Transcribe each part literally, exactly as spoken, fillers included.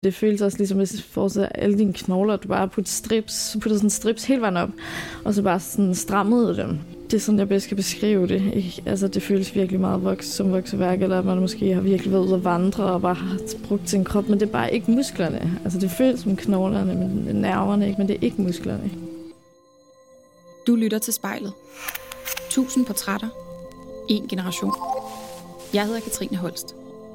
Det føles også ligesom, hvis du fortsætter alle dine knogler, du bare putter strips, putter sådan strips hele vejen op, og så bare sådan strammede dem. Det er sådan, jeg bedst kan beskrive det. Ikke? Altså, det føles virkelig meget voks, som vokseværk, eller at man måske har virkelig været ude at vandre og bare har brugt sin krop, men det er bare ikke musklerne. Altså, det føles som knoglerne, men nerverne, ikke? Men det er ikke musklerne. Du lytter til Spejlet. Tusind portrætter. En generation. Jeg hedder Katrine Holst.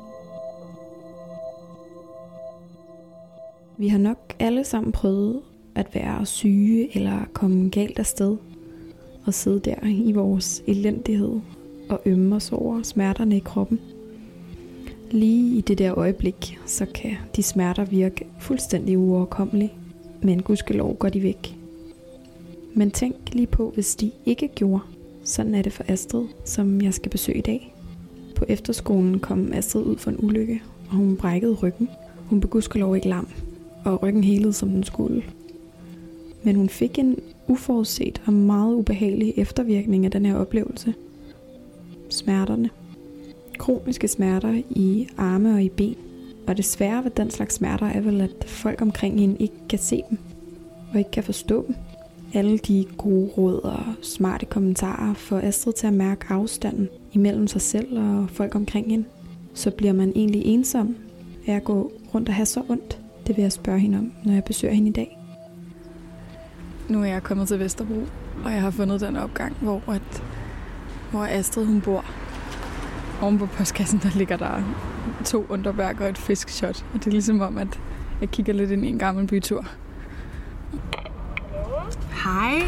Vi har nok alle sammen prøvet at være syge eller komme galt afsted og sidde der i vores elendighed og ømme os over smerterne i kroppen. Lige i det der øjeblik, så kan de smerter virke fuldstændig uoverkommelige, men gudskelov går de væk. Men tænk lige på, hvis de ikke gjorde. Sådan er det for Astrid, som jeg skal besøge i dag. På efterskolen kom Astrid ud for en ulykke, og hun brækkede ryggen. Hun blev gudskelov ikke lam, og ryggen helede, som den skulle. Men hun fik en uforudset og meget ubehagelig eftervirkning af den her oplevelse. Smerterne. Kroniske smerter i arme og i ben. Og det svære ved den slags smerter er vel, at folk omkring hende ikke kan se dem, og ikke kan forstå dem. Alle de gode råd og smarte kommentarer får Astrid til at mærke afstanden imellem sig selv og folk omkring hende. Så bliver man egentlig ensom af at gå rundt og have så ondt. Det vil jeg spørge hende om, når jeg besøger hende i dag. Nu er jeg kommet til Vesterbro, og jeg har fundet den opgang, hvor, at, hvor Astrid hun bor. Oven på postkassen, der ligger der to underbærk og et fiskshot. Og det er ligesom om, at jeg kigger lidt ind i en gammel bytur. Hej.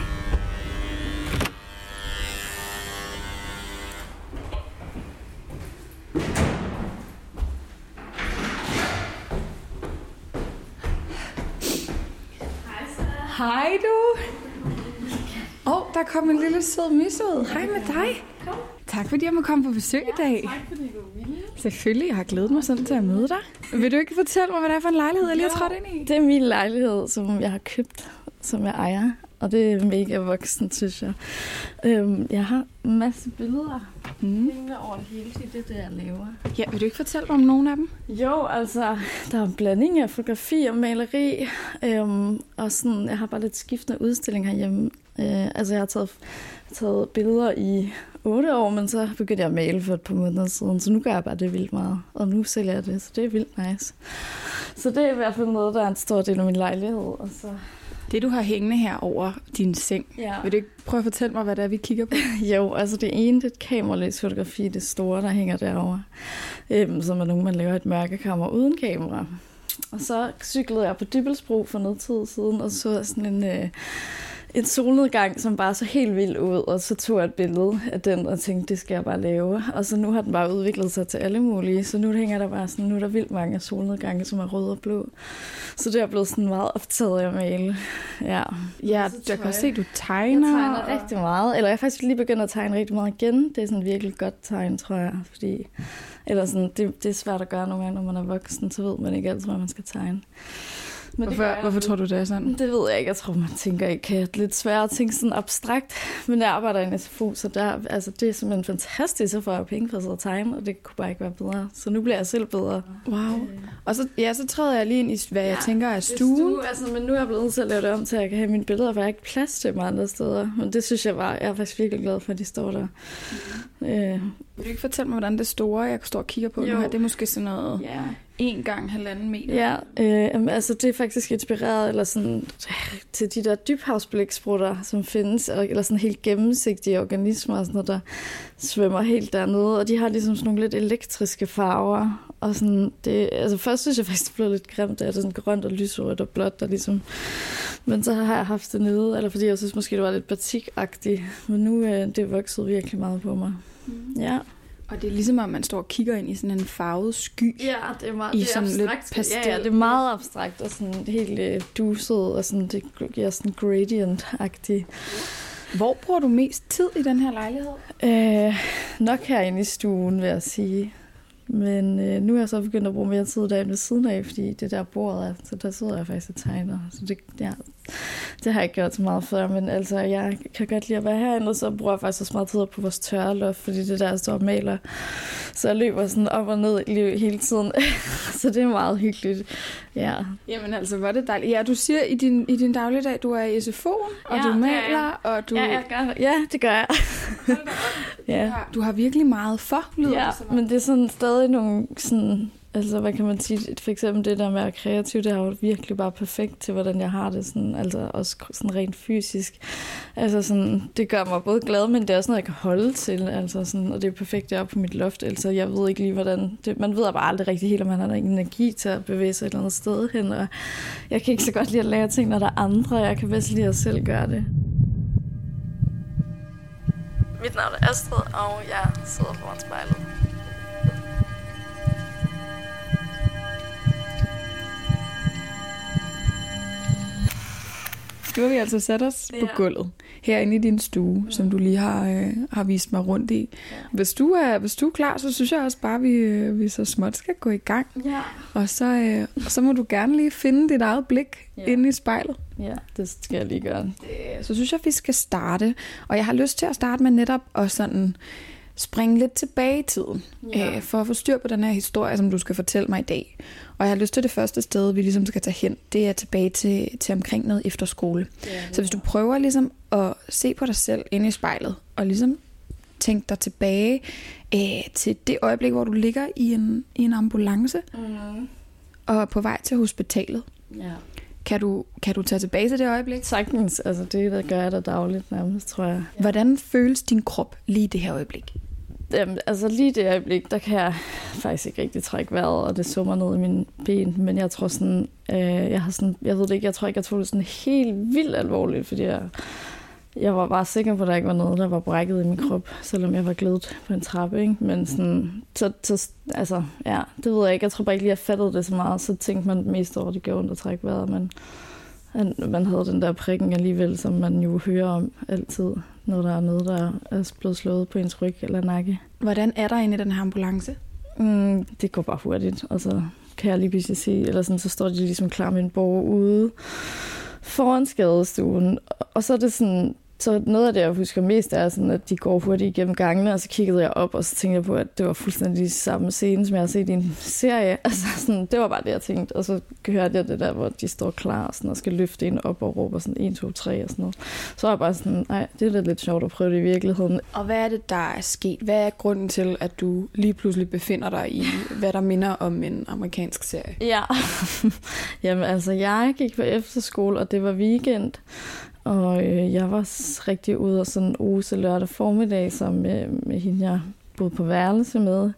Hej du. Åh, oh, der kom en lille sød mis ud. Hej med dig. Kom. Tak fordi jeg må komme på besøg i dag. Tak fordi du ville. Selvfølgelig, jeg har glædet mig sådan til at møde dig. Vil du ikke fortælle mig, hvad det er for en lejlighed, jeg lige har trådt ind i? Det er min lejlighed, som jeg har købt, som jeg ejer. Og det er mega voksen, synes jeg. Øhm, jeg har en masse billeder mm. hængende over det hele, det er det, jeg laver. Ja, vil du ikke fortælle mig om nogle af dem? Jo, altså, der er en blanding af fotografi og maleri. Øhm, og sådan, jeg har bare lidt skiftende udstilling herhjemme. Øh, altså, jeg har taget, taget billeder i otte år, men så begyndte jeg at male for et par måneder siden. Så nu gør jeg bare det vildt meget. Og nu sælger jeg det, så det er vildt nice. Så det er i hvert fald noget, der er en stor del af min lejlighed. Og så det, du har hængende her over din seng, ja. Vil du ikke prøve at fortælle mig, hvad det er, vi kigger på? Jo, altså det ene, det er et kameraløs fotografi, det store, der hænger derovre. Øhm, som er nogen, man laver et mørkekammer uden kamera. Og så cyklede jeg på Dybbølsbro for noget tid siden, og så sådan en, øh, en solnedgang, som bare så helt vild ud, og så tog jeg et billede af den, og tænkte, det skal jeg bare lave. Og så nu har den bare udviklet sig til alle mulige, så nu hænger der bare sådan, nu er der vildt mange solnedgange, som er røde og blå. Så det er blevet sådan meget optaget af at male. Ja, ja jeg kan også se, at du tegner. Jeg tegner rigtig meget, eller jeg har faktisk lige begyndt at tegne rigtig meget igen. Det er sådan virkelig godt tegn, tror jeg, fordi eller sådan, det, det er svært at gøre nogle gange, når man er voksen, så ved man ikke altid, hvad man skal tegne. Men hvorfor, hvorfor tror du, det er sådan? Det ved jeg ikke. Jeg tror, man tænker ikke, at det er lidt svært at tænke sådan abstrakt. Men jeg arbejder i en S F O, så der, altså, det er simpelthen fantastisk, så får jeg penge for at sidde og tegne, og det kunne bare ikke være bedre. Så nu bliver jeg selv bedre. Wow. Og så, ja, så træder jeg lige ind i, hvad ja, jeg tænker er stuen. Stue, altså, men nu er jeg blevet nødt til at lave det om til, at jeg kan have mine billeder, for jeg har ikke plads til dem andre steder. Men det synes jeg var, jeg er faktisk virkelig glad for, at de står der. Mm. Øh. Vil du ikke fortælle mig, hvordan det store, jeg står og kigger på jo. Nu her, det er måske sådan noget ja. en gang halvanden meter? Ja, øh, altså det er faktisk inspireret eller sådan, til de der dybhavsblæksprutter, som findes, eller sådan helt gennemsigtige organismer, og sådan noget, der svømmer helt dernede, og de har ligesom sådan nogle lidt elektriske farver, og sådan, det, altså først synes jeg faktisk, det blev lidt grimt, at det er sådan grønt og lyserødt og blåt, der ligesom, men så har jeg haft det nede, eller fordi jeg synes måske, det var lidt batikagtigt, men nu øh, det er vokset virkelig meget på mig. Mm. Ja. Og det er ligesom, at man står og kigger ind i sådan en farvet sky. Ja, det er meget i det er sådan abstrakt. Lidt pastel. Ja, ja, det er meget abstrakt og sådan helt øh, duset, og sådan, det giver sådan gradient-agtigt. Hvor bruger du mest tid i den her lejlighed? Øh, nok herinde i stuen, vil jeg sige. Men øh, nu er jeg så begyndt at bruge mere tid derinde ved siden af, fordi det der bord er, så der sidder jeg faktisk og tegner. Så det, ja, det har jeg ikke gjort så meget før, men altså, jeg kan godt lide at være herinde, og så bruger jeg faktisk også meget tid på vores tørreloft, fordi det der står og maler. Så jeg løber sådan op og ned hele tiden, så det er meget hyggeligt. Ja. Jamen altså, hvor er det dejligt. Ja, du siger i din, i din dagligdag, du er i S F O'en, og ja, du maler, ja. og du... Ja, jeg gør, ja, det gør jeg. Ja. Du, har, du har virkelig meget for, lyder ja, det, men det er sådan stadig nogle sådan, altså hvad kan man sige, for eksempel det der med at være kreativ, det er jo virkelig bare perfekt til, hvordan jeg har det, sådan, altså også sådan rent fysisk. Altså sådan, det gør mig både glad, men det er også noget, jeg kan holde til, altså sådan, og det er perfekt deroppe på mit loft, altså jeg ved ikke lige, hvordan, det, man ved bare aldrig rigtig helt, om man har der energi til at bevæge sig et eller andet sted hen, og jeg kan ikke så godt lide at lære ting, når der er andre, jeg kan bedst lide at selv gøre det. Mit navn er Astrid, og jeg sidder foran spejlet. Nu har vi altså sat os ja. på gulvet herinde i din stue, ja. Som du lige har, øh, har vist mig rundt i. Ja. Hvis, du er, hvis du er klar, så synes jeg også bare, at vi, øh, vi så småt skal gå i gang. Ja. Og så, øh, og så må du gerne lige finde dit eget blik ja. inde i spejlet. Ja, det skal jeg lige gøre. Det, så synes jeg, vi skal starte. Og jeg har lyst til at starte med netop at sådan springe lidt tilbage i tiden, ja. øh, for at få styr på den her historie, som du skal fortælle mig i dag. Og jeg har lyst til det første sted, vi ligesom skal tage hen, det er tilbage til, til omkring noget efterskole. Ja, så hvis du prøver ligesom at se på dig selv inde i spejlet, og ligesom tænke dig tilbage øh, til det øjeblik, hvor du ligger i en, i en ambulance, mm. og på vej til hospitalet. Ja. Kan du, kan du tage tilbage til det øjeblik? Sagtens. Altså det, der gør jeg da dagligt nærmest, tror jeg. Ja. Hvordan føles din krop lige i det her øjeblik? Jamen, altså lige det øjeblik, der kan jeg faktisk ikke rigtig trække vejret, og det summer ned i mine ben. Men jeg tror sådan, øh, jeg har sådan, jeg ved det ikke, jeg tror ikke, jeg tog det sådan helt vildt alvorligt, fordi jeg, jeg var bare sikker på, at der ikke var noget, der var brækket i min krop, selvom jeg var glædet på en trappe, ikke? Men sådan, så, så, altså, ja, det ved jeg ikke. Jeg tror bare ikke lige, jeg fattede det så meget, så tænkte man mest over, at det gjorde ondt at trække vejret, men man havde den der prikken alligevel, som man jo hører om altid, når der er noget, der er blevet slået på ens ryg eller nakke. Hvordan er der inde i den her ambulance? Mm, det går bare hurtigt, og så kan jeg lige pludselig se, eller sådan, så står de ligesom klar med en borger ude foran skadestuen, og så er det sådan, så noget af det, jeg husker mest, er sådan, at de går hurtigt igennem gangene, og så kiggede jeg op, og så tænkte jeg på, at det var fuldstændig samme scene, som jeg har set i en serie. Altså, sådan, det var bare det, jeg tænkte. Og så hørte jeg det der, hvor de står klar og, sådan, og skal løfte en op og råber sådan en, to, tre og sådan noget. Så var jeg bare sådan, nej, det er lidt sjovt at prøve det i virkeligheden. Og hvad er det, der er sket? Hvad er grunden til, at du lige pludselig befinder dig i, hvad der minder om en amerikansk serie? Ja, jamen altså, jeg gik på efterskole, og det var weekend. Og øh, jeg var rigtig ude og sådan en ose lørdag formiddag, som med, med hende, jeg boede på værelse med.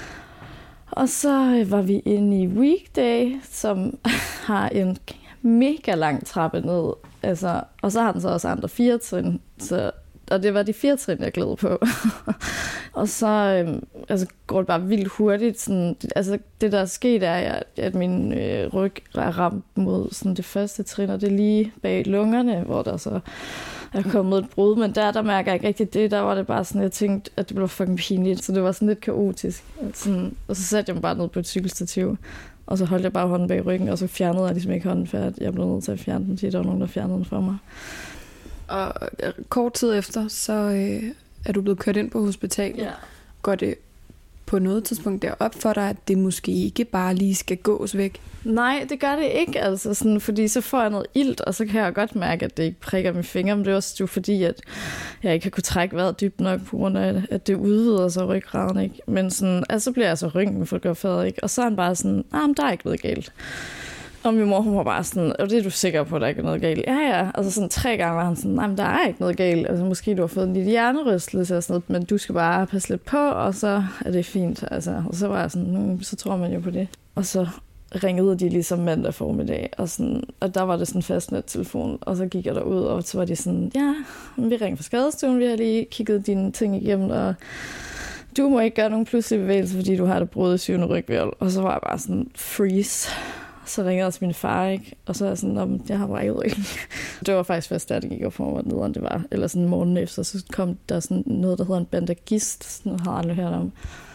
Og så øh, var vi inde i Weekday, som har en mega lang trappe ned. Altså, og så har den så også andre fire trin. Så, og det var de fire trin, jeg glæder på. Og så øh, altså, går det bare vildt hurtigt. Sådan, altså, det, der er sket, er, at, at min øh, ryg er ramt mod sådan, det første trin, og det er lige bag lungerne, hvor der så er kommet et brud. Men der, der mærker jeg ikke rigtig det. Der var det bare sådan, jeg tænkte, at det blev fucking pinligt. Så det var sådan lidt kaotisk. Sådan, og så satte jeg mig bare ned på et cykelstativ. Og så holdt jeg bare hånden bag ryggen, og så fjernede jeg ligesom ikke hånden, for jeg blev nødt til at fjerne den, fordi der var nogen, der fjernede den for mig. Og kort tid efter, så øh, er du blevet kørt ind på hospitalet. Ja. Går det på noget tidspunkt derop for dig, at det måske ikke bare lige skal gås væk? Nej, det gør det ikke, altså sådan, fordi så får jeg noget ilt, og så kan jeg godt mærke, at det ikke prikker mine fingre, men det er også jo fordi, at jeg ikke har kunne trække vejret dybt nok, på grund af, at det udvider sig ryggraden, ikke? Men sådan, altså, så bliver jeg så rynken for at gøre ikke? Og så er han bare sådan, ah, men der er ikke noget galt. Og min mor, hun var bare sådan, og det er du sikker på, at der ikke er noget galt? Ja, ja. Altså sådan tre gange var han sådan, nej, men der er ikke noget galt. Altså måske du har fået en lille hjernerystelse og sådan noget, men du skal bare passe lidt på, og så er det fint. Altså, og så var jeg sådan, så tror man jo på det. Og så ringede de ligesom mandag formiddag, og, sådan, og der var det sådan en fastnet-telefon, og så gik jeg derud, og så var de sådan, ja, vi ringer fra skadestuen, vi har lige kigget dine ting igennem, og du må ikke gøre nogen pludselige bevægelser, fordi du har det brud i syvende rygvæv. Og så var jeg bare sådan, freeze. Så ringede jeg til min far, ikke? Og så er jeg sådan, om jeg har brækket ryggen. Det var faktisk først, da det gik op for mig, nederen det var. Eller sådan morgenen efter, så kom der sådan noget, der hedder en bandagist. Sådan noget har jeg aldrig hørt om.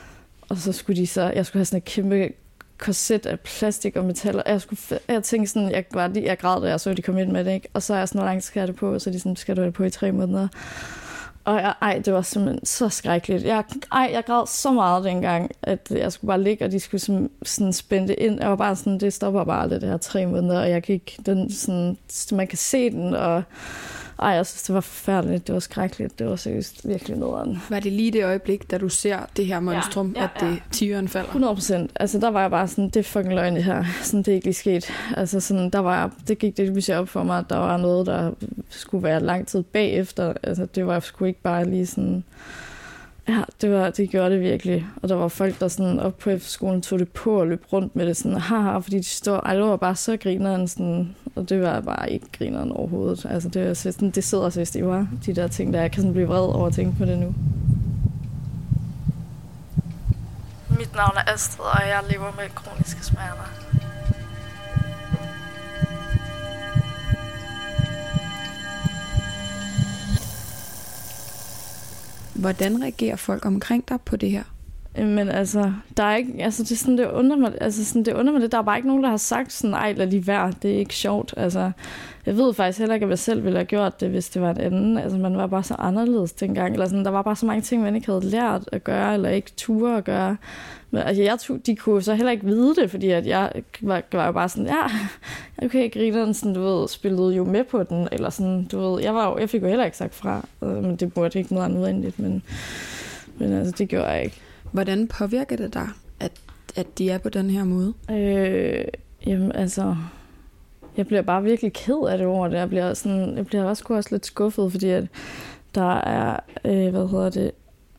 og så skulle de så, jeg skulle have sådan et kæmpe korset af plastik og metal, og jeg, skulle, jeg tænkte sådan, jeg, var, jeg græd, da jeg så, de kom ind med det, ikke? Og så er jeg sådan, hvor langt skal jeg det på? Så de sådan, skal du have det på i tre måneder? Og jeg, ej, det var simpelthen så skrækkeligt. Jeg, ej, jeg græd så meget dengang, at jeg skulle bare ligge, og de skulle sådan, sådan spænde det ind. Jeg var bare sådan, det stopper bare aldrig, det her tre måneder, og jeg kan ikke, den sådan, man kan se den, og ej, jeg synes, det var forfærdeligt, det var skrækkeligt, det var seriøst virkelig nederen. Var det lige det øjeblik, da du ser det her monstrum, ja, ja, ja. At det tigeren falder? hundrede procent. Altså, der var jeg bare sådan, det er fucking løgn det her. Sådan, det er ikke lige sket. Altså, sådan, der var jeg, det gik det lige op for mig, at der var noget, der skulle være lang tid bagefter. Altså, det var sgu ikke bare lige sådan... Ja, det, var, det gjorde det virkelig. Og der var folk, der sådan op på efterskolen tog det på og løb rundt med det sådan, haha, fordi de stod, ej, det var bare så grineren sådan, og det var bare ikke grineren overhovedet. Altså, det, var sådan, det sidder så, hvis det var de der ting, der jeg kan sådan blive vred over at tænke på det nu. Mit navn er Astrid, og jeg lever med kroniske smerter. Hvordan reagerer folk omkring dig på det her? Men altså, der er ikke, altså det er sådan, det undrer mig, altså sådan, det undrer mig lidt. Der er bare ikke nogen, der har sagt sådan, ej, lad lige være, det er ikke sjovt. Altså, jeg ved faktisk heller ikke, at jeg selv ville have gjort det, hvis det var en anden. Altså, man var bare så anderledes dengang. Eller sådan, der var bare så mange ting, man ikke havde lært at gøre, eller ikke ture at gøre. Men altså, jeg tog, de kunne så heller ikke vide det, fordi at jeg var, var jo bare sådan, ja, okay, grineren, sådan, du ved, spillede jo med på den, eller sådan, du ved, jeg, var jo, jeg fik jo heller ikke sagt fra, men det burde ikke noget andet nødvendigt, men, men altså, det gjorde jeg ikke. Hvordan påvirker det dig, at, at de er på den her måde? Øh, jamen, altså, jeg bliver bare virkelig ked af det over det. Jeg bliver, sådan, jeg bliver også, også lidt skuffet, fordi at der er, øh, hvad hedder det,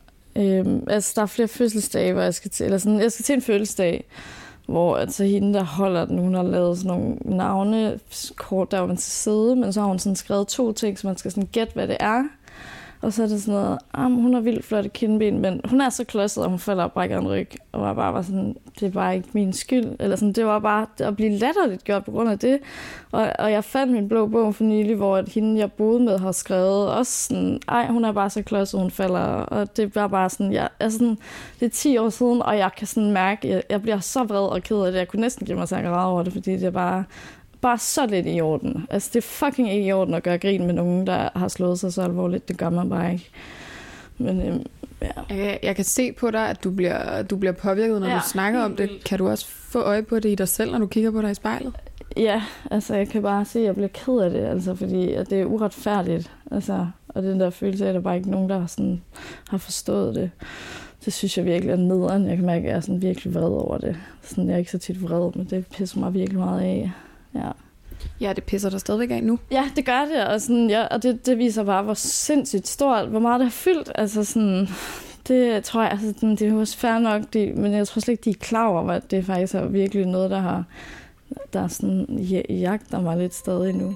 øh, altså, der er flere fødselsdage, hvor jeg skal til, eller sådan, jeg skal til en fødselsdag, hvor altså hende, der holder den, hun har lavet sådan nogle navnekort, der var man til side, men så har hun sådan skrevet to ting, så man skal sådan gætte, hvad det er. Og så er det sådan noget, ah, hun har vildt flotte kindben, men hun er så klodset, og hun falder og brækker en ryg. Og jeg bare var sådan, det er bare ikke min skyld. Eller sådan, det var bare at blive latterligt gjort på grund af det. Og, og jeg fandt min blå bog for nylig, hvor at hende, jeg boede med, har skrevet også sådan, ej, hun er bare så klodset, hun falder. Og det var bare sådan, jeg, altså sådan, det er ti år siden, og jeg kan sådan mærke, jeg, jeg bliver så vred og ked af det. Jeg kunne næsten give mig til at græde over det, fordi det er bare... bare så lidt i orden. Altså, det er fucking ikke i orden at gøre grin med nogen, der har slået sig så alvorligt. Det gør man bare ikke. Men, øhm, ja. Jeg, jeg kan se på dig, at du bliver, du bliver påvirket, når ja, du snakker om det. Kan du også få øje på det i dig selv, når du kigger på dig i spejlet? Ja, altså, jeg kan bare se, at jeg bliver ked af det, altså, fordi at det er uretfærdigt. Altså, og den der følelse af, at der bare ikke nogen, der sådan, har forstået det. Det synes jeg virkelig er nederen. Jeg kan mærke, at jeg er sådan virkelig vred over det. Sådan, jeg er ikke så tit vred, men det pisser mig virkelig meget af. Ja. Ja, det pisser dig stadigvæk af nu. Ja, det gør det, og, sådan, ja, og det, det viser bare, hvor sindssygt stort, hvor meget det har fyldt. Altså sådan, det tror jeg, altså, det er jo også fair nok, de, men jeg tror slet ikke, de er klar over, at det faktisk er virkelig noget, der har, der sådan, jagter mig lidt stadig nu.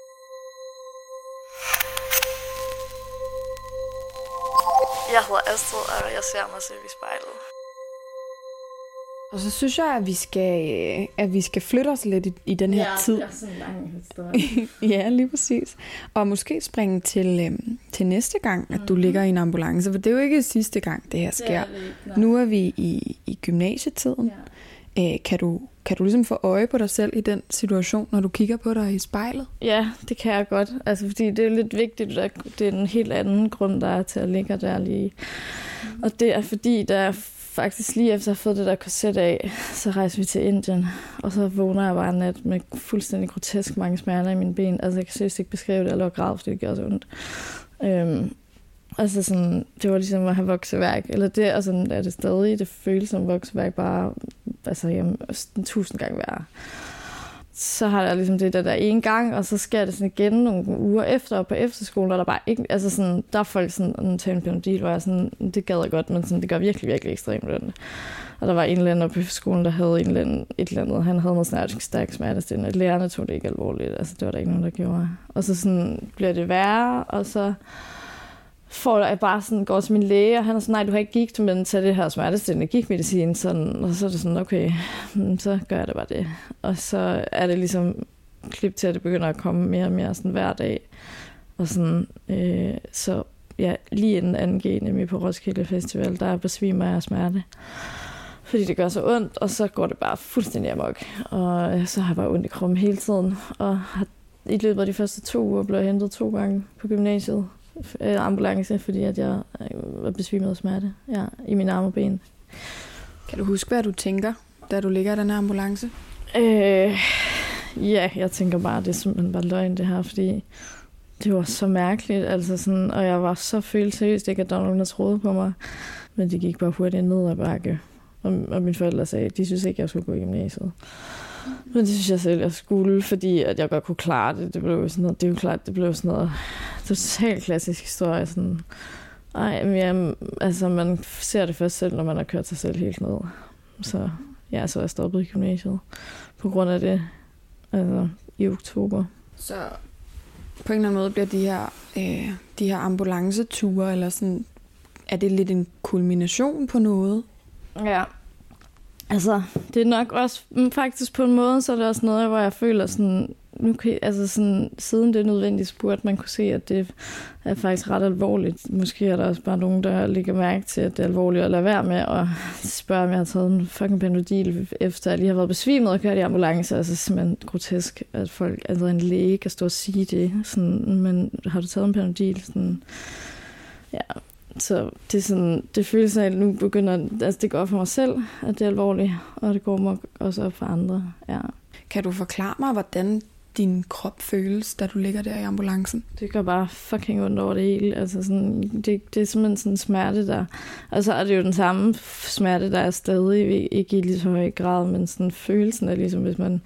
Jeg hedder Astrid, og jeg ser mig selv i spejlet. Og så synes jeg, at vi skal, at vi skal flytte os lidt i, i den her ja, tid. Ja, det er sådan en lang historie. Ja, lige præcis. Og måske springe til, øhm, til næste gang, at du mm. ligger i en ambulance. For det er jo ikke sidste gang, det her sker. Det er det, nu er vi i, i gymnasietiden. Ja. Æ, kan, du, kan du ligesom få øje på dig selv i den situation, når du kigger på dig i spejlet? Ja, det kan jeg godt. Altså, fordi det er lidt vigtigt, at det er en helt anden grund, der er til at ligge der lige. Mm. Og det er fordi, der er faktisk lige efter at have fået det der korset af, så rejser vi til Indien, og så vågner jeg bare en nat med fuldstændig grotesk mange smerter i mine ben. Altså, jeg kan seriøst ikke beskrive det, eller græd, fordi det gør så ondt. Øhm, altså sådan, det var ligesom at have vokseværk, eller det, og sådan er det stadig, det føles som vokseværk, bare, altså, jamen, tusind gange værre. Så har jeg ligesom det der, der en gang, og så sker det sådan igen nogle uger efter, og på efterskolen, og der bare ikke, altså sådan, der er folk sådan, og nu tager en Panodil, hvor jeg sådan, det gad jeg godt, men sådan, det gør virkelig, virkelig ekstremt ondt. Og der var en eller anden oppe på skolen, der havde en eller anden, et eller andet, han havde noget snart stærk smertestillende. Lærerne tog det ikke alvorligt, altså det var der ikke nogen, der gjorde. Og så sådan bliver det værre, og så får jeg bare sådan, går til min læge, og han er sådan, nej, du har ikke gigt, men tag det her smertestillende gigtmedicin, sådan, og så er det sådan, okay, så gør jeg det bare det. Og så er det ligesom klip til, at det begynder at komme mere og mere sådan hver dag. Og sådan, øh, så ja, lige inden anden G, nemlig på Roskilde Festival, der besvimer jeg af smerte. fordi det gør så ondt, og så går det bare fuldstændig amok. Og så har jeg bare ondt i kroppen hele tiden, og har i løbet af de første to uger blev jeg hentet to gange på gymnasiet, øh, ambulance, fordi at jeg var besvimet af smerte ja, i mine arme og ben. Kan du huske, hvad du tænker, da du ligger i den her ambulance? Øh, ja, jeg tænker bare, det er simpelthen bare løgn det her, fordi det var så mærkeligt, altså sådan, og jeg var så følelsesøst, ikke at der var nogen, der troede på mig, men det gik bare hurtigt ned ad bakke. Og, og mine forældre sagde, de synes ikke, jeg skulle gå i gymnasiet. Men det synes jeg selv, jeg skulle, fordi at jeg godt kunne klare det. Det blev sådan noget, det er jo klart, det blev sådan noget totalt klassisk historie. Sådan, ej, men jeg, altså man ser det først selv, når man har kørt sig selv helt ned. Så ja, så er jeg stoppet i gymnasiet på grund af det, altså i oktober. Så på en eller anden måde bliver de her, øh, de her ambulanceture, eller sådan, er det lidt en kulmination på noget? Ja. Altså, det er nok også, faktisk på en måde, så er det også noget, hvor jeg føler sådan, nu kan, altså sådan, siden det er nødvendigt spurgt, man kunne se, at det er faktisk ret alvorligt. Måske er der også bare nogen, der lægger mærke til, at det er alvorligt at lade være med og spørge, om jeg har taget en fucking Panodil, efter jeg lige har været besvimet og kørt i ambulance. Altså simpelthen grotesk, at folk, altså en læge kan stå og sige det. Sådan, men har du taget en Panodil? Sådan, ja. Så det er sådan, det føles af, at nu begynder, altså det går for mig selv, at det er alvorligt, og det går mig også op for andre, ja. Kan du forklare mig, hvordan din krop føles, da du ligger der i ambulancen? Det gør bare fucking ondt over det hele, altså sådan, det, det er simpelthen sådan en smerte der, og så er det jo den samme smerte, der er stadig, ikke i lige så høj grad, men sådan følelsen er ligesom, hvis man,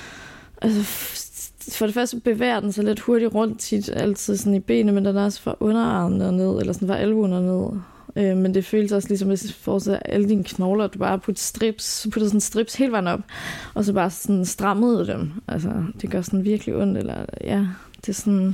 altså for det første bevæger den sig lidt hurtigt rundt tit, altid sådan i benene, men den er også fra underarmen og ned, eller sådan fra albuen og ned. Øh, men det føles også ligesom, hvis du fortsætter alle dine knogler, du bare putter strips, putter sådan strips hele vejen op, og så bare sådan strammede dem. Altså, det gør sådan virkelig ondt, eller ja, det er sådan,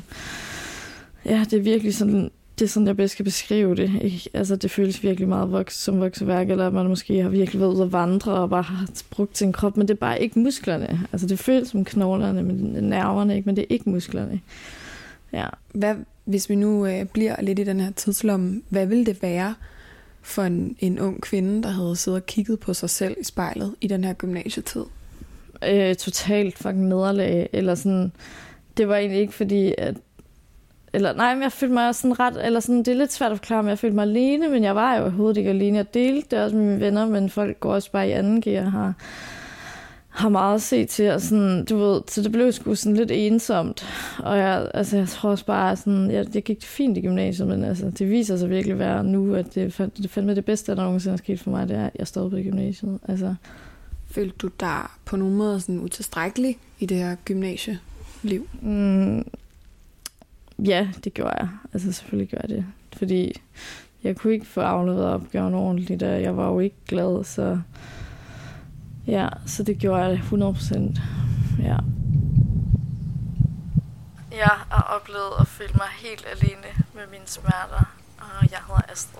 ja, det er virkelig sådan, det er sådan, jeg bedst kan beskrive det. Ikke? Altså, det føles virkelig meget voks, som vokseværk, eller at man måske har virkelig været ude at vandre og bare har brugt sin krop, men det er bare ikke musklerne. Altså, det føles som knoglerne, men nerverne, ikke? Men det er ikke musklerne. Ja. Hvad, hvis vi nu øh, bliver lidt i den her tidslomme, hvad ville det være for en, en ung kvinde, der havde siddet og kigget på sig selv i spejlet i den her gymnasietid? Øh, totalt fucking nederlag, eller sådan, det var egentlig ikke fordi, at Eller nej, men jeg følte mig sådan ret, eller sådan, det er lidt svært at forklare, men jeg følte mig alene, men jeg var jo overhovedet ikke alene. Jeg delte det også med mine venner, men folk går også bare i anden gear og har, har meget at se til, og sådan, du ved, så det blev sgu sådan lidt ensomt. Og jeg, altså, jeg tror også bare, sådan, jeg, jeg gik fint i gymnasiet, men altså, det viser sig virkelig at være nu, at det, det fandme det bedste, der nogensinde er sket for mig, det er, at jeg stod på gymnasiet. Altså. Følte du dig på nogen måde sådan utilstrækkelig i det her gymnasieliv? Mm. Ja, det gjorde jeg. Altså selvfølgelig gjorde jeg det. Fordi jeg kunne ikke få afleveret opgaven ordentligt, og jeg var jo ikke glad, så ja, så det gjorde jeg hundrede procent. Ja. Jeg har oplevet at føle mig helt alene med mine smerter, og jeg hedder Astrid.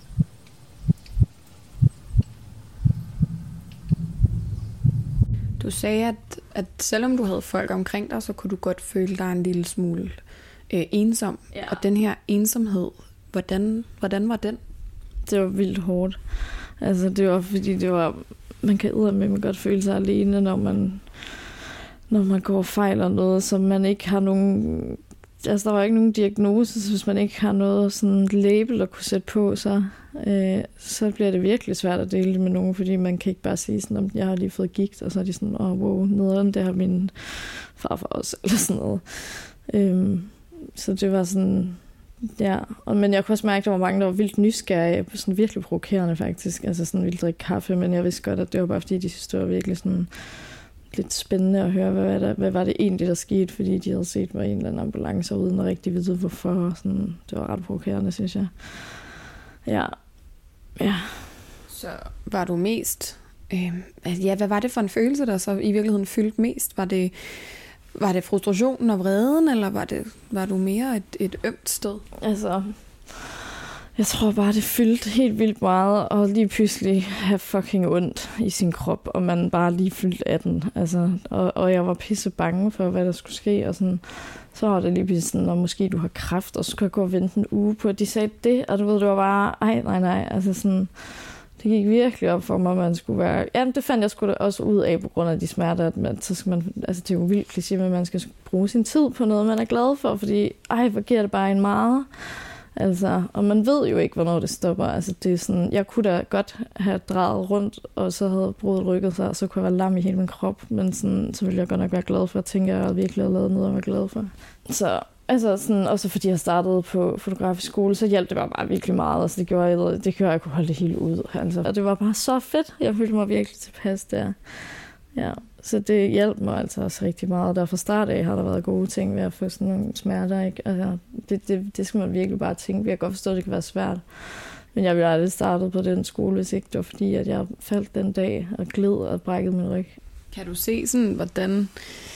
Du sagde, at, at selvom du havde folk omkring dig, så kunne du godt føle dig en lille smule øh, ensom. Ja. Og den her ensomhed, hvordan, hvordan var den? Det var vildt hårdt. Altså, det var fordi, det var, man kan eddermame godt føle sig alene, når man, når man går og fejler noget, som man ikke har nogen. Altså, der var ikke nogen diagnose, så hvis man ikke har noget sådan label at kunne sætte på, så, øh, så bliver det virkelig svært at dele det med nogen, fordi man kan ikke bare sige sådan, om jeg har lige fået gigt, og så er de sådan, åh, oh, wow, nederen, det har min farfar også, eller sådan noget. Øh, så det var sådan, ja, og, men jeg kunne også mærke, at der var mange, der var vildt nysgerrige, sådan virkelig provokerende faktisk, altså sådan vildt drikke kaffe, men jeg vidste godt, at det var bare fordi, de synes, det var virkelig sådan lidt spændende at høre, hvad, der, hvad var det egentlig, der skete, fordi de havde set mig i en eller anden ambulance, uden at rigtig vide, hvorfor. Sådan, det var ret provokerende, synes jeg. Ja. Ja. Så var du mest... Øh, ja, hvad var det for en følelse, der så i virkeligheden fyldte mest? Var det, var det frustrationen og vreden, eller var, det, var du mere et, et ømt sted? Altså... Jeg tror bare, det fyldte helt vildt meget, og lige pludselig have fucking ondt i sin krop, og man bare lige fyldt atten. Altså, og, og jeg var pisse bange for, hvad der skulle ske, og sådan, så var det lige pludselig sådan, og måske du har kræft, og så skal jeg gå og vente en uge på, at de sagde det, og du ved, det var bare, ej, nej, nej, altså sådan, det gik virkelig op for mig, at man skulle være... Jamen, det fandt jeg sgu da også ud af på grund af de smerter, at man, så skal man... Altså, det er jo vildt kliché, at man skal bruge sin tid på noget, man er glad for, fordi, ej, hvor giver det bare en meget. Altså, og man ved jo ikke, hvornår det stopper. Altså, det er sådan... Jeg kunne da godt have drejet rundt, og så havde brudet rykket sig, og så kunne jeg være lam i hele min krop, men sådan, så ville jeg godt nok være glad for at tænke, at jeg virkelig havde lavet noget, jeg var glad for. Så... Altså sådan, også fordi jeg startede på fotografisk skole, så hjalp det mig bare virkelig meget. Altså det gjorde jeg, det gjorde jeg kunne holde det hele ud. Altså. Og det var bare så fedt. Jeg følte mig virkelig tilpas der. Ja, så det hjalp mig altså også rigtig meget. Der fra start af har der været gode ting ved at få sådan nogle smerter. Ikke? Altså, det, det, det skal man virkelig bare tænke. Jeg kan godt forstå, at det kan være svært. Men jeg ville aldrig startet på den skole, hvis ikke det var fordi, at jeg faldt den dag og gled og brækkede min ryg. Kan du se sådan, hvordan...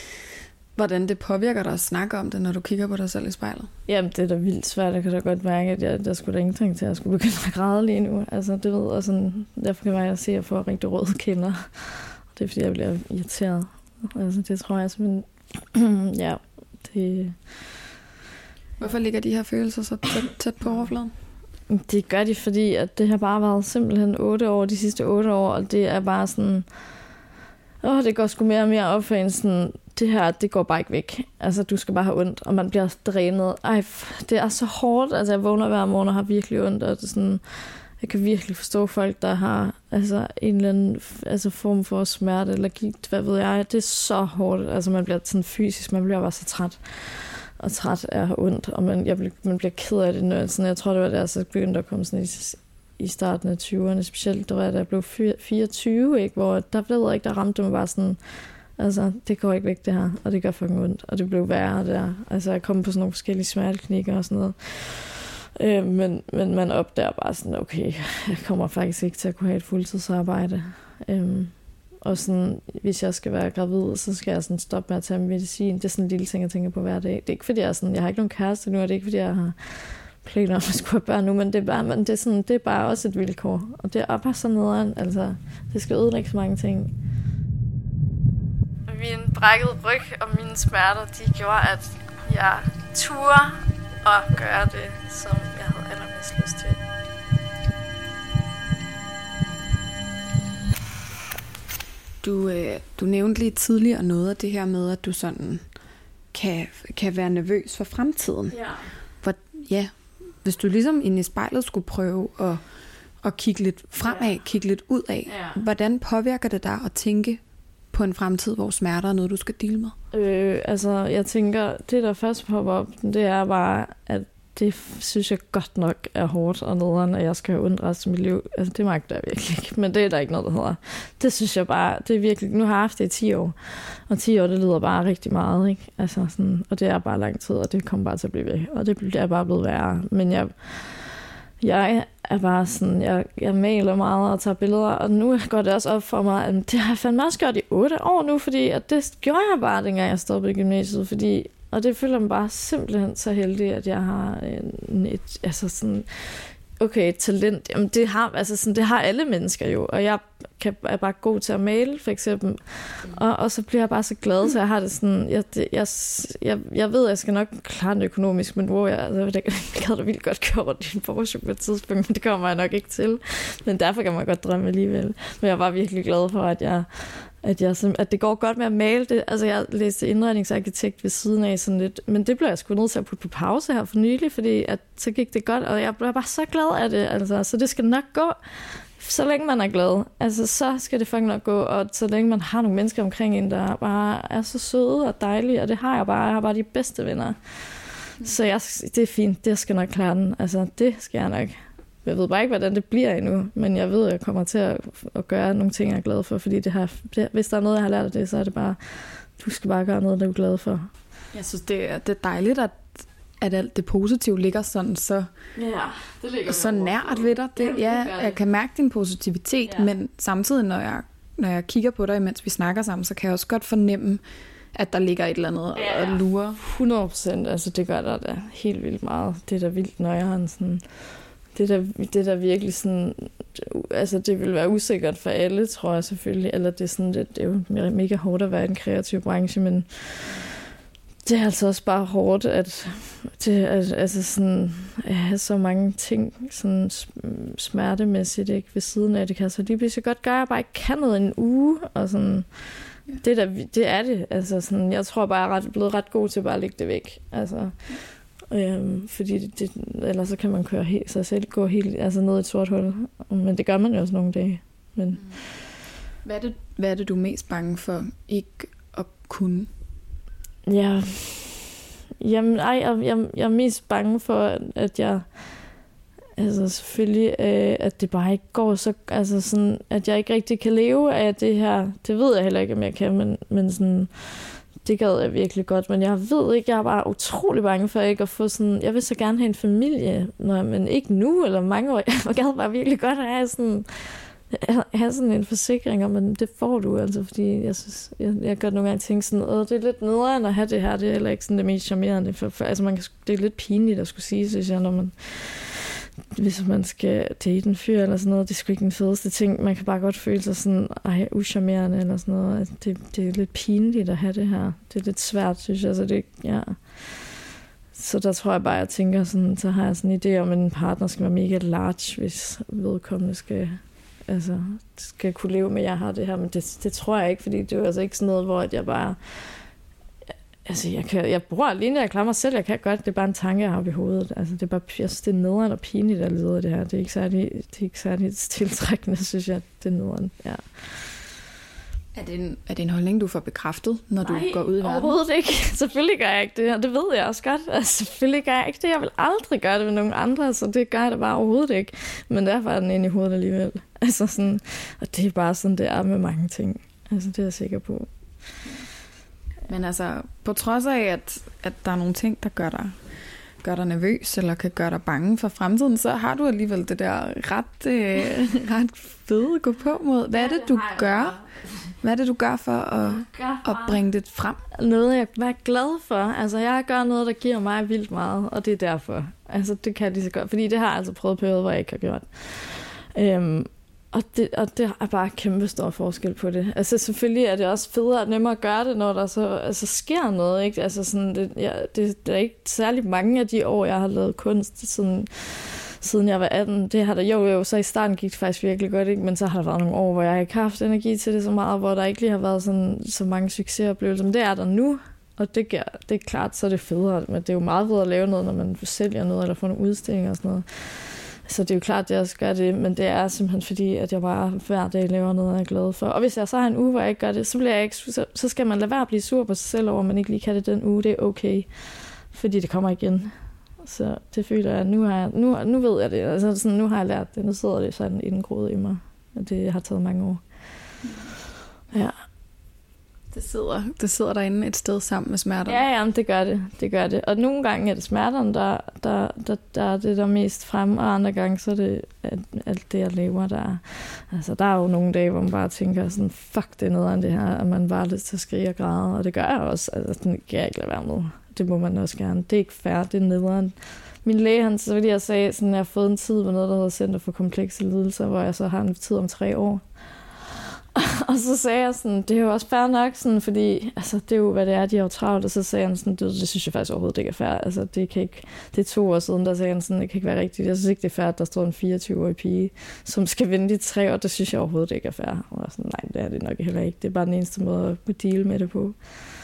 Hvordan det påvirker dig at snakke om det, når du kigger på dig selv i spejlet? Jamen, det er da vildt svært. Jeg kan da godt mærke, at jeg, der skulle da ingenting til, at jeg skulle begynde at græde lige nu. Altså, det ved, og sådan, derfor kan jeg se, at jeg får rigtig røde kinder. Det er, fordi jeg bliver irriteret. Altså, det tror jeg simpelthen... ja, det... Hvorfor ligger de her følelser så tæt, tæt på overfladen? Det gør de, fordi at det har bare været simpelthen otte år, de sidste otte år, og det er bare sådan... Åh, det går sgu mere og mere op for en sådan... Det her, det går bare ikke væk. Altså, du skal bare have ondt, og man bliver drænet. Ej, det er så hårdt. Altså, jeg vågner hver morgen og har virkelig ondt, og det er sådan, jeg kan virkelig forstå folk, der har altså, en eller anden altså, form for smerte, eller gigt, hvad ved jeg. Det er så hårdt. Altså, man bliver sådan fysisk, man bliver bare så træt, og træt af at have ondt, og man, jeg bliver, man bliver ked af det. Når, sådan, jeg tror, det var der, så begyndte at komme sådan i, i starten af tyverne, specielt, der var, da jeg blev fireogtyve, ikke, hvor der blev jeg ikke, der ramte mig bare sådan, altså, det går ikke væk, det her, og det gør fucking ondt, og det blev værre der. Altså, jeg kom på sådan nogle forskellige smerteklinikker og sådan noget. Øh, men, men man opdager bare sådan, okay, jeg kommer faktisk ikke til at kunne have et fuldtidsarbejde. Øh, og sådan, hvis jeg skal være gravid, så skal jeg sådan stoppe med at tage medicin. Det er sådan en lille ting, jeg tænker på hver dag. Det er ikke, fordi jeg er sådan, jeg har ikke nogen kæreste nu, og det er ikke, fordi jeg har planer om at skulle have børn nu, men det er bare, men det er sådan, det er bare også et vilkår. Og det er bare sådan noget, altså, det skal ødelægge så mange ting. Min brækkede ryg og mine smerter, de gjorde, at jeg turde at gøre det, som jeg havde allermest lyst til. Du, øh, du nævnte lige tidligere noget af det her med, at du sådan kan, kan være nervøs for fremtiden. Ja. Hvor, ja, hvis du ligesom inde i spejlet skulle prøve at, at kigge lidt fremad, ja. kigge lidt ud af, ja. Hvordan påvirker det dig at tænke på en fremtid, hvor smerter er noget, du skal deale med? Øh, altså, jeg tænker, det der først popper op, det er bare, at det synes jeg godt nok er hårdt og nederen, at jeg skal have ondt resten af mit liv. Altså, det magter jeg virkelig ikke, men det er der ikke noget, der hedder. Det synes jeg bare, det er virkelig, nu har jeg haft det i ti år, og ti år, det lyder bare rigtig meget, ikke? Altså sådan, og det er bare lang tid, og det kommer bare til at blive ved, og det er bare blevet værre. Men jeg, jeg er bare sådan, jeg, jeg maler meget og tager billeder, og nu går det også op for mig, at det har jeg fandme også gjort i otte år nu, fordi at det gjorde jeg bare, dengang jeg stoppede i gymnasiet, fordi, og det føler mig bare simpelthen så heldig, at jeg har en, et, altså sådan, okay, et talent, jamen det har, altså sådan, det har alle mennesker jo, og jeg kan, er bare god til at male, for eksempel, og, og så bliver jeg bare så glad, så jeg har det sådan, jeg, det, jeg, jeg, jeg ved, at jeg skal nok klare det økonomisk, men hvor jeg, altså, det kan da vildt godt køre rundt i en Porsche på et tidspunkt, men det kommer jeg nok ikke til, men derfor kan man godt drømme alligevel, men jeg var virkelig glad for, at jeg At, jeg, at det går godt med at male det. Altså, jeg læste indredningsarkitekt ved siden af sådan lidt, men det blev jeg sgu nødt til at putte på pause her for nylig, fordi at, så gik det godt, og jeg blev bare så glad af det, altså, så det skal nok gå, så længe man er glad, altså, så skal det fucking nok gå, og så længe man har nogle mennesker omkring en, der bare er så søde og dejlige, og det har jeg bare, jeg har bare de bedste venner, så jeg, det er fint, det skal nok klare den, altså, det skal jeg nok. Jeg ved bare ikke, hvordan det bliver endnu, men jeg ved, at jeg kommer til at, at gøre nogle ting, jeg er glad for, fordi det her, det, hvis der er noget, jeg har lært af det, så er det bare, du skal bare gøre noget, du er glad for. Jeg synes, det er, det er dejligt, at, at alt det positive ligger sådan så, ja, det ligger så nært ved dig. Det, ja, jeg kan mærke din positivitet, ja. Men samtidig, når jeg, når jeg kigger på dig, mens vi snakker sammen, så kan jeg også godt fornemme, at der ligger et eller andet ja, og lurer. hundrede procent, altså det gør der da helt vildt meget. Det er da vildt, når jeg har en sådan... Det der, det der virkelig sådan, altså det vil være usikkert for alle, tror jeg selvfølgelig, eller det er sådan, det, det er jo mega hårdt at være i en kreativ branche, men det er altså også bare hårdt, at, det, at altså sådan, at have så mange ting sådan smertemæssigt ikke, ved siden af. Det kan så lige pludselig godt gøre, at jeg bare ikke kan noget en uge. Og sådan, ja. det, der, det er det. Altså sådan, jeg tror bare, jeg er ret, blevet ret god til bare at lægge det væk. Altså, øhm, fordi det, det, ellers så kan man køre helt, sig selv, gå helt altså ned i et sort hul. Men det gør man jo også nogle dage. Men, hvad, er det, hvad er det, du er mest bange for ikke at kunne? Ja, jamen, ej, jeg, jeg, jeg er mest bange for, at jeg, altså selvfølgelig, øh, at det bare ikke går så, altså sådan, at jeg ikke rigtig kan leve af det her. Det ved jeg heller ikke, om jeg kan, men, men sådan, det gad jeg virkelig godt. Men jeg ved ikke, jeg er bare utrolig bange for ikke at få sådan, jeg vil så gerne have en familie, når, men ikke nu, eller mange år. Jeg gad bare virkelig godt at have sådan, have sådan en forsikring, men det får du altså, fordi jeg synes, jeg, jeg gør nogle gange tænke sådan, åh, det er lidt nederen at have det her, det er heller ikke sådan det mest charmerende, for, for altså man kan, det er lidt pinligt at skulle sige, synes jeg, når man, hvis man skal date en fyr eller sådan noget, det er sgu ikke den fedeste ting, man kan bare godt føle sig sådan, ej, uscharmerende eller sådan noget, det, det er lidt pinligt at have det her, det er lidt svært, synes jeg, så det, ja. Så der tror jeg bare, jeg tænker sådan, så har jeg sådan en idé om, at en partner skal være mega large, hvis vedkommende skal altså, skal kunne leve med, at jeg har det her, men det, det tror jeg ikke, fordi det er jo altså ikke sådan noget, hvor jeg bare, altså, jeg, kan, jeg bruger alene, jeg klarer mig selv, jeg kan godt, det er bare en tanke, jeg har i hovedet, altså, det er bare, jeg synes, det er nederen og pinligt at lide af det her, det er ikke særlig, det er ikke særlig tiltrækkende, synes jeg, det er nederen, ja. Er det, en, er det en holdning, du får bekræftet, når Nej, du går ud i verden? Overhovedet ikke. Selvfølgelig gør jeg ikke det, og det ved jeg også godt. Altså, selvfølgelig gør jeg ikke det. Jeg vil aldrig gøre det med nogen andre, så det gør jeg da bare overhovedet ikke. Men derfor er den inde i hovedet alligevel. Altså sådan, og det er bare sådan, det er med mange ting. Altså, det er jeg sikker på. Men altså, på trods af, at, at der er nogle ting, der gør dig, gør dig nervøs, eller kan gøre dig bange for fremtiden, så har du alligevel det der ret, øh, ret fede gå på mod. Hvad er det, du gør? Hvad er det, du gør for at, at bringe det frem? Noget, jeg er glad for. Altså, jeg gør noget, der giver mig vildt meget, og det er derfor. Altså, det kan jeg lige så godt. Fordi det har jeg altså prøvet perioder, hvor jeg ikke har gjort. Øhm, og, det, og det er bare kæmpe stor forskel på det. Altså, selvfølgelig er det også federe og nemmere at gøre det, når der så altså, sker noget, ikke? Altså, sådan, det, ja, det, det er ikke særlig mange af de år, jeg har lavet kunst, sådan, siden jeg var atten. Det har der jo, jo, så i starten gik det faktisk virkelig godt, ikke? Men så har der været nogle år, hvor jeg ikke har haft energi til det så meget, hvor der ikke lige har været sådan, så mange succesoplevelser. Men det er der nu, og det, gør, det er klart, så er det federe. Men det er jo meget federe at lave noget, når man sælger noget, eller får nogle udstillinger og sådan noget. Så det er jo klart, at jeg også gør det, men det er simpelthen fordi, at jeg bare hver dag laver noget, jeg er glad for. Og hvis jeg så har en uge, hvor jeg ikke gør det, så, bliver jeg ikke, så, så skal man lade være at blive sur på sig selv over, at man ikke lige kan det den uge. Det er okay, fordi det kommer igen. Så det føler jeg, nu har jeg, nu, nu ved jeg det. Altså sådan, nu har jeg lært det. Nu sidder det sådan indgroet i mig. Og det har taget mange år. Ja. Det sidder, det sidder derinde et sted sammen med smerterne. Ja, ja, det gør det. Det gør det. Og nogle gange er det smerterne, der, der, der, der er det, der er mest frem, og andre gange så er det alt det, jeg lever, der er. Altså, der er jo nogle dage, hvor man bare tænker sådan, fuck, det er noget af det her, at man bare har lyst til at skrige og græde, og det gør jeg også. Altså, den kan jeg ikke lade være med. Det må man også gerne. Det er ikke fair, det er nederen. Min læge, han så fordi jeg sagde, sådan, jeg har fået en tid med noget, der hedder Center for Komplekse Lidelser, hvor jeg så har en tid om tre år. Og så sagde jeg sådan, det er jo også fair nok, sådan, fordi altså, det er jo, hvad det er, de har jo travlt, og så sagde han sådan, det, det synes jeg faktisk overhovedet ikke er fair. Altså, det, kan ikke, det er to år siden, der sagde han sådan, det kan ikke være rigtigt. Jeg synes ikke, det er fair, at der står en fireogtyve-årig pige, som skal vente i tre år, det synes jeg overhovedet ikke er fair. Og sådan, nej, det er det nok heller ikke. Det er bare den eneste måde at deal med det på.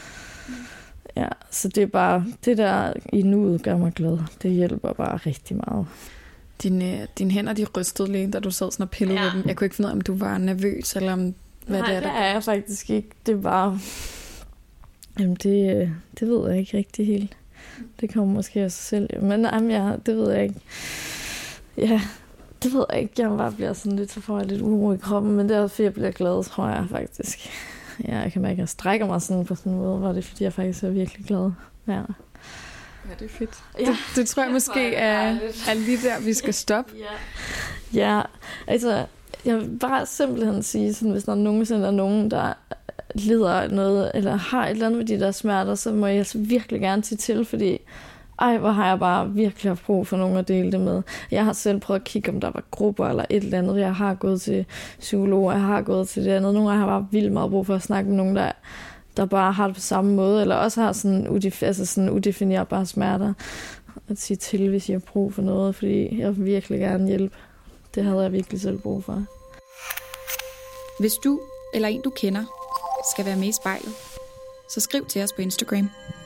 Ja, så det er bare, det der i nuet gør mig glad. Det hjælper bare rigtig meget. Dine, dine hænder, de rystede lige, da du sad sådan og pillede ja. ved dem. Jeg kunne ikke finde ud af, om du var nervøs, eller om hvad Nej, det er, der... det er jeg faktisk ikke. Det var... Jamen, det, det ved jeg ikke rigtig helt. Det kommer måske af sig selv. Men jamen, ja, det ved jeg ikke. Ja, det ved jeg ikke. Jeg bare bliver sådan lidt, så får jeg lidt uro i kroppen, men det er også, fordi jeg bliver glad, tror jeg faktisk. Ja, jeg kan mærke, at jeg strækker mig sådan på sådan en måde, hvor det er, fordi jeg faktisk er virkelig glad. Ja. Ja, det er fedt. Ja, det, det tror jeg måske er, er lige der, vi skal stoppe. Ja, ja, altså, jeg vil bare simpelthen sige, sådan, hvis der er nogensinde er nogen, der lider af noget, eller har et eller andet med de der smerter, så må jeg altså virkelig gerne sige til, fordi ej, hvor har jeg bare virkelig haft brug for nogen at dele det med. Jeg har selv prøvet at kigge, om der var grupper eller et eller andet. Jeg har gået til psykologer, jeg har gået til det andet. Nogle gange har jeg bare vildt meget brug for at snakke med nogen, der, der bare har det på samme måde, eller også har sådan, udef- altså sådan udefinerbare smerter, at sige til, hvis jeg har brug for noget, fordi jeg vil virkelig gerne hjælpe. Det havde jeg virkelig selv brug for. Hvis du eller en, du kender, skal være med i spejlet, så skriv til os på Instagram.